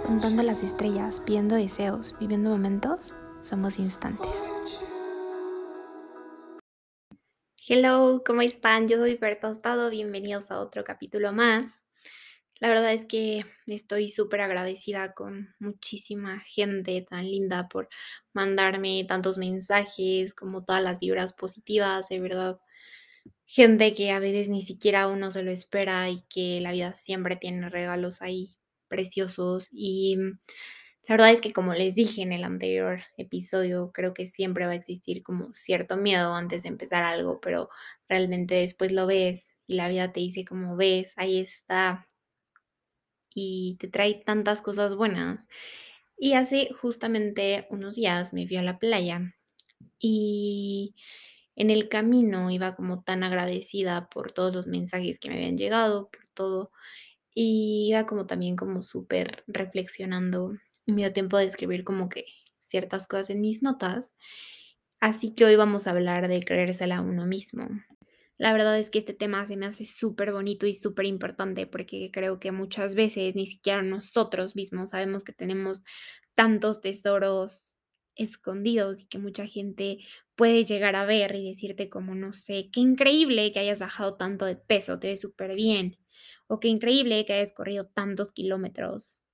contando las estrellas, pidiendo deseos, viviendo momentos, somos instantes. Hello, ¿cómo están? Yo soy Fer Tostado, bienvenidos a otro capítulo más. La verdad es que estoy súper agradecida con muchísima gente tan linda por mandarme tantos mensajes, como todas las vibras positivas, de verdad. Gente que a veces ni siquiera uno se lo espera y que la vida siempre tiene regalos ahí preciosos. Y la verdad es que como les dije en el anterior episodio, creo que siempre va a existir como cierto miedo antes de empezar algo, pero realmente después lo ves y la vida te dice como ves, ahí está y te trae tantas cosas buenas. Y hace justamente unos días me fui a la playa y en el camino iba como tan agradecida por todos los mensajes que me habían llegado, por todo, y iba como también como súper reflexionando y me dio tiempo de escribir como que ciertas cosas en mis notas. Así que hoy vamos a hablar de creérsela a uno mismo. La verdad es que este tema se me hace súper bonito y súper importante porque creo que muchas veces ni siquiera nosotros mismos sabemos que tenemos tantos tesoros escondidos y que mucha gente puede llegar a ver y decirte como, no sé, qué increíble que hayas bajado tanto de peso, te ves súper bien, o qué increíble que hayas corrido tantos kilómetros,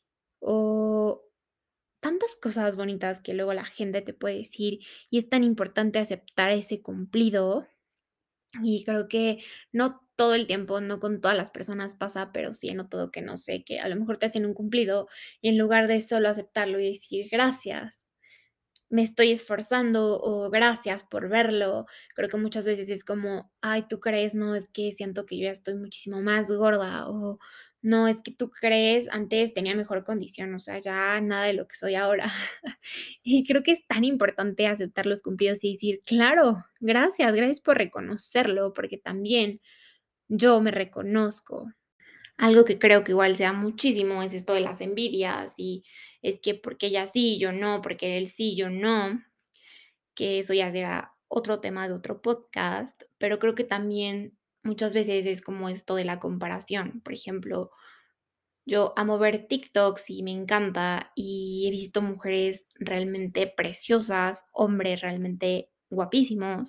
o tantas cosas bonitas que luego la gente te puede decir y es tan importante aceptar ese cumplido y creo que no todo el tiempo, no con todas las personas pasa, pero sí he notado que, no sé, que a lo mejor te hacen un cumplido y en lugar de solo aceptarlo y decir gracias, me estoy esforzando o gracias por verlo, creo que muchas veces es como, ay, tú crees, no, es que siento que yo ya estoy muchísimo más gorda o no, es que tú crees, antes tenía mejor condición, o sea, ya nada de lo que soy ahora. Y creo que es tan importante aceptar los cumplidos y decir, claro, gracias, gracias por reconocerlo, porque también yo me reconozco. Algo que creo que igual se da muchísimo es esto de las envidias y es que porque ella sí, yo no, porque él sí, yo no, que eso ya será otro tema de otro podcast, pero creo que también muchas veces es como esto de la comparación. Por ejemplo, yo amo ver TikToks y me encanta y he visto mujeres realmente preciosas, hombres realmente guapísimos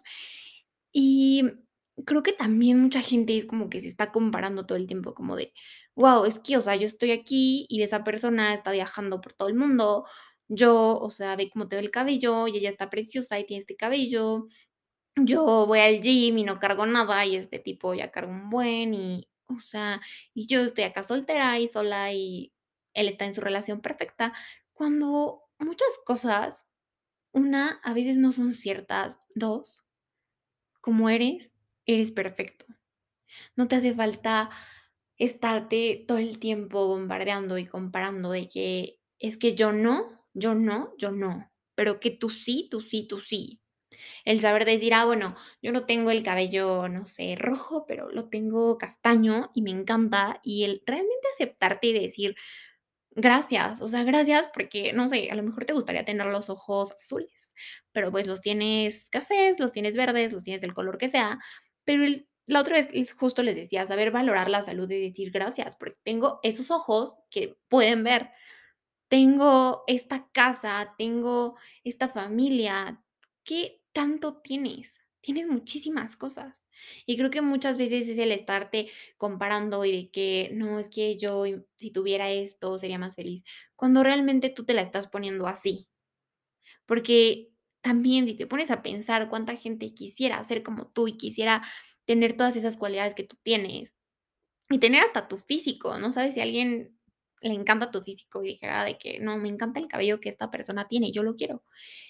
y creo que también mucha gente es como que se está comparando todo el tiempo como de, wow, es que, o sea, yo estoy aquí y esa persona está viajando por todo el mundo, yo, o sea, ve cómo te ve el cabello y ella está preciosa y tiene este cabello, yo voy al gym y no cargo nada, y este tipo ya carga un buen, y, o sea, y yo estoy acá soltera y sola, y él está en su relación perfecta, cuando muchas cosas, una, a veces no son ciertas, 2 como eres, eres perfecto. No te hace falta estarte todo el tiempo bombardeando y comparando de que es que yo no, yo no, yo no, pero que tú sí, tú sí, tú sí. El saber decir, bueno, yo no tengo el cabello, no sé, rojo, pero lo tengo castaño y me encanta. Y el realmente aceptarte y decir, gracias, o sea, gracias porque, no sé, a lo mejor te gustaría tener los ojos azules, pero pues los tienes cafés, los tienes verdes, los tienes del color que sea. Pero la otra vez justo les decía, saber valorar la salud y decir gracias, porque tengo esos ojos que pueden ver, tengo esta casa, tengo esta familia. ¿Qué tanto tienes? Tienes muchísimas cosas. Y creo que muchas veces es el estarte comparando y de que no, es que yo si tuviera esto sería más feliz, cuando realmente tú te la estás poniendo así. Porque también si te pones a pensar cuánta gente quisiera ser como tú y quisiera tener todas esas cualidades que tú tienes, y tener hasta tu físico, ¿no? Sabes si a alguien le encanta tu físico y dijera de que: "No, me encanta el cabello que esta persona tiene, yo lo quiero".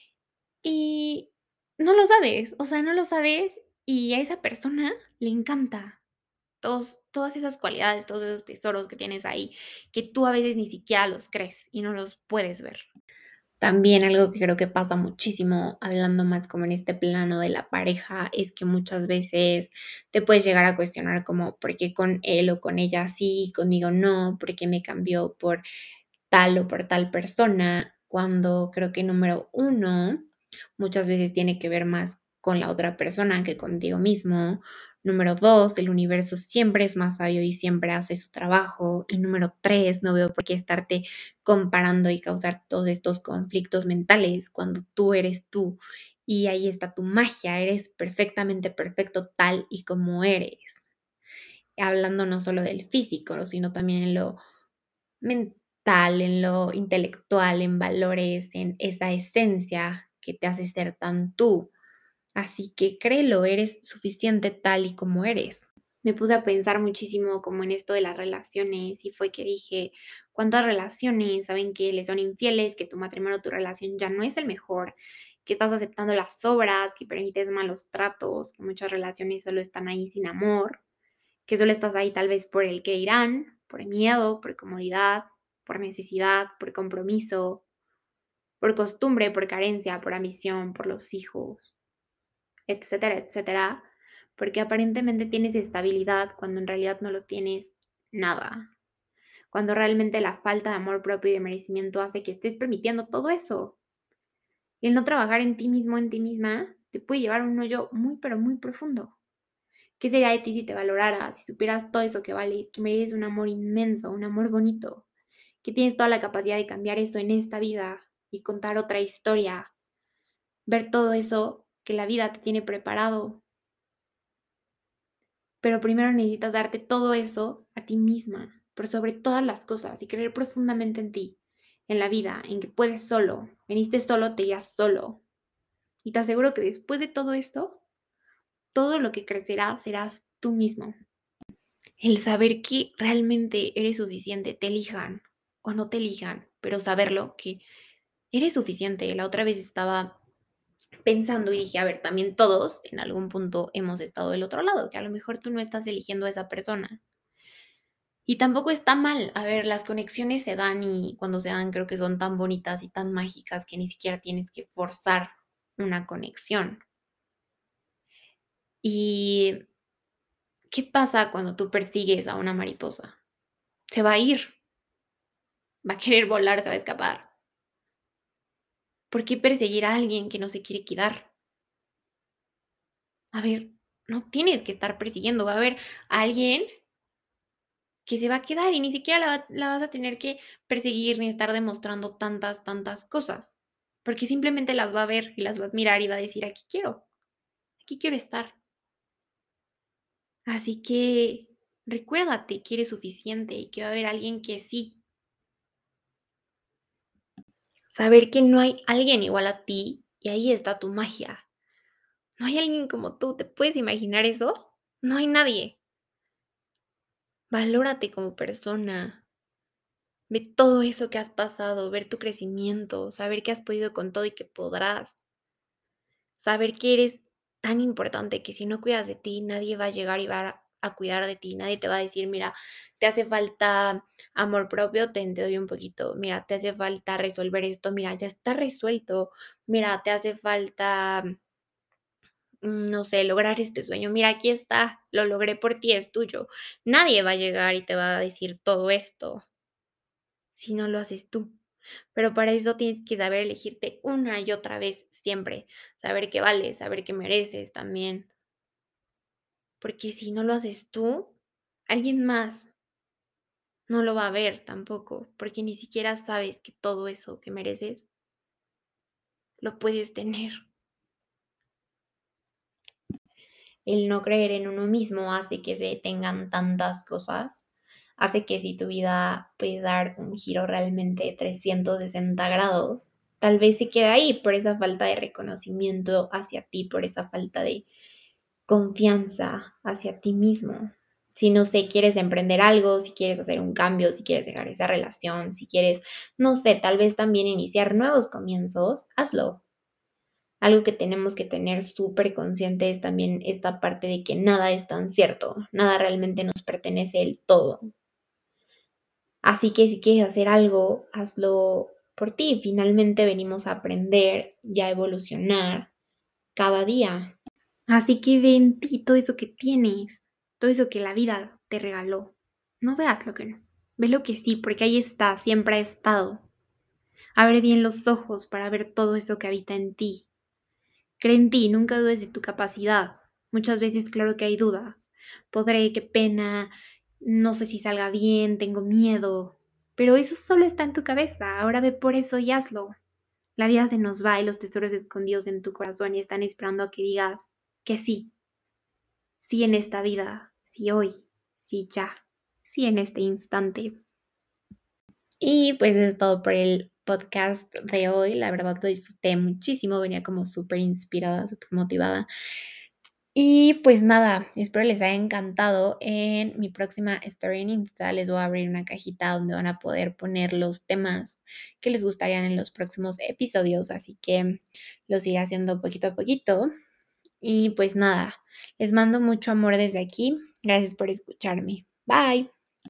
Y no lo sabes, o sea, no lo sabes y a esa persona le encanta todas esas cualidades, todos esos tesoros que tienes ahí, que tú a veces ni siquiera los crees y no los puedes ver. También algo que creo que pasa muchísimo, hablando más como en este plano de la pareja, es que muchas veces te puedes llegar a cuestionar como, ¿por qué con él o con ella sí, conmigo no? ¿Por qué me cambió por tal o por tal persona? Cuando creo que número uno, muchas veces tiene que ver más con la otra persona que contigo mismo. Número 2, el universo siempre es más sabio y siempre hace su trabajo. Y número 3, no veo por qué estarte comparando y causar todos estos conflictos mentales cuando tú eres tú. Y ahí está tu magia, eres perfectamente perfecto tal y como eres. Hablando no solo del físico, ¿no? Sino también en lo mental, en lo intelectual, en valores, en esa esencia que te hace ser tan tú. Así que créelo, eres suficiente tal y como eres. Me puse a pensar muchísimo como en esto de las relaciones y fue que dije, ¿cuántas relaciones saben que les son infieles, que tu matrimonio o tu relación ya no es el mejor, que estás aceptando las obras, que permites malos tratos, que muchas relaciones solo están ahí sin amor, que solo estás ahí tal vez por el que dirán, por miedo, por comodidad, por necesidad, por compromiso, por costumbre, por carencia, por ambición, por los hijos, etcétera, etcétera, porque aparentemente tienes estabilidad cuando en realidad no lo tienes nada, cuando realmente la falta de amor propio y de merecimiento hace que estés permitiendo todo eso. Y el no trabajar en ti mismo, en ti misma, te puede llevar a un hoyo muy, pero muy profundo. ¿Qué sería de ti si te valoraras, si supieras todo eso que vale, que mereces un amor inmenso, un amor bonito, que tienes toda la capacidad de cambiar eso en esta vida y contar otra historia, ver todo eso que la vida te tiene preparado? Pero primero necesitas darte todo eso a ti misma, por sobre todas las cosas, y creer profundamente en ti, en la vida, en que puedes solo. Veniste solo, te irás solo. Y te aseguro que después de todo esto, todo lo que crecerá serás tú mismo. El saber que realmente eres suficiente, te elijan o no te elijan, pero saberlo que eres suficiente. La otra vez estaba pensando y dije, a ver, también todos en algún punto hemos estado del otro lado, que a lo mejor tú no estás eligiendo a esa persona. Y tampoco está mal. A ver, las conexiones se dan y cuando se dan creo que son tan bonitas y tan mágicas que ni siquiera tienes que forzar una conexión. ¿Y qué pasa cuando tú persigues a una mariposa? Se va a ir, va a querer volar, se va a escapar. ¿Por qué perseguir a alguien que no se quiere quedar? A ver, no tienes que estar persiguiendo, va a haber alguien que se va a quedar y ni siquiera la vas a tener que perseguir ni estar demostrando tantas, tantas cosas, porque simplemente las va a ver y las va a admirar y va a decir, aquí quiero estar. Así que recuérdate que eres suficiente y que va a haber alguien que sí. Saber que no hay alguien igual a ti y ahí está tu magia. No hay alguien como tú, ¿te puedes imaginar eso? No hay nadie. Valórate como persona. Ve todo eso que has pasado, ver tu crecimiento, saber que has podido con todo y que podrás. Saber que eres tan importante que si no cuidas de ti, nadie va a llegar y va a cuidar de ti. Nadie te va a decir, mira, te hace falta amor propio, te doy un poquito. Mira, te hace falta resolver esto, mira, ya está resuelto. Mira, te hace falta, no sé, lograr este sueño. Mira, aquí está, lo logré por ti, es tuyo. Nadie va a llegar y te va a decir todo esto si no lo haces tú. Pero para eso tienes que saber elegirte una y otra vez, siempre. Saber que vales, saber que mereces también. Porque si no lo haces tú, alguien más no lo va a ver tampoco, porque ni siquiera sabes que todo eso que mereces lo puedes tener. El no creer en uno mismo hace que se tengan tantas cosas, hace que si tu vida puede dar un giro realmente de 360 grados, tal vez se quede ahí por esa falta de reconocimiento hacia ti, por esa falta de confianza hacia ti mismo. Si no sé, quieres emprender algo, si quieres hacer un cambio, si quieres dejar esa relación, si quieres, no sé, tal vez también iniciar nuevos comienzos, hazlo. Algo que tenemos que tener súper consciente es también esta parte de que nada es tan cierto, nada realmente nos pertenece del todo. Así que si quieres hacer algo, hazlo por ti. Finalmente venimos a aprender y a evolucionar cada día. Así que ve en ti todo eso que tienes, todo eso que la vida te regaló. No veas lo que no. Ve lo que sí, porque ahí está, siempre ha estado. Abre bien los ojos para ver todo eso que habita en ti. Cree en ti, nunca dudes de tu capacidad. Muchas veces claro que hay dudas. Podré, qué pena, no sé si salga bien, tengo miedo, pero eso solo está en tu cabeza. Ahora ve por eso y hazlo. La vida se nos va y los tesoros escondidos en tu corazón y están esperando a que digas que sí, sí en esta vida, sí hoy, sí ya, sí en este instante. Y pues es todo por el podcast de hoy. La verdad lo disfruté muchísimo, venía como súper inspirada, súper motivada. Y pues nada, espero les haya encantado. En mi próxima story en Insta les voy a abrir una cajita donde van a poder poner los temas que les gustarían en los próximos episodios, así que los iré haciendo poquito a poquito. Y pues nada, les mando mucho amor desde aquí. Gracias por escucharme. Bye.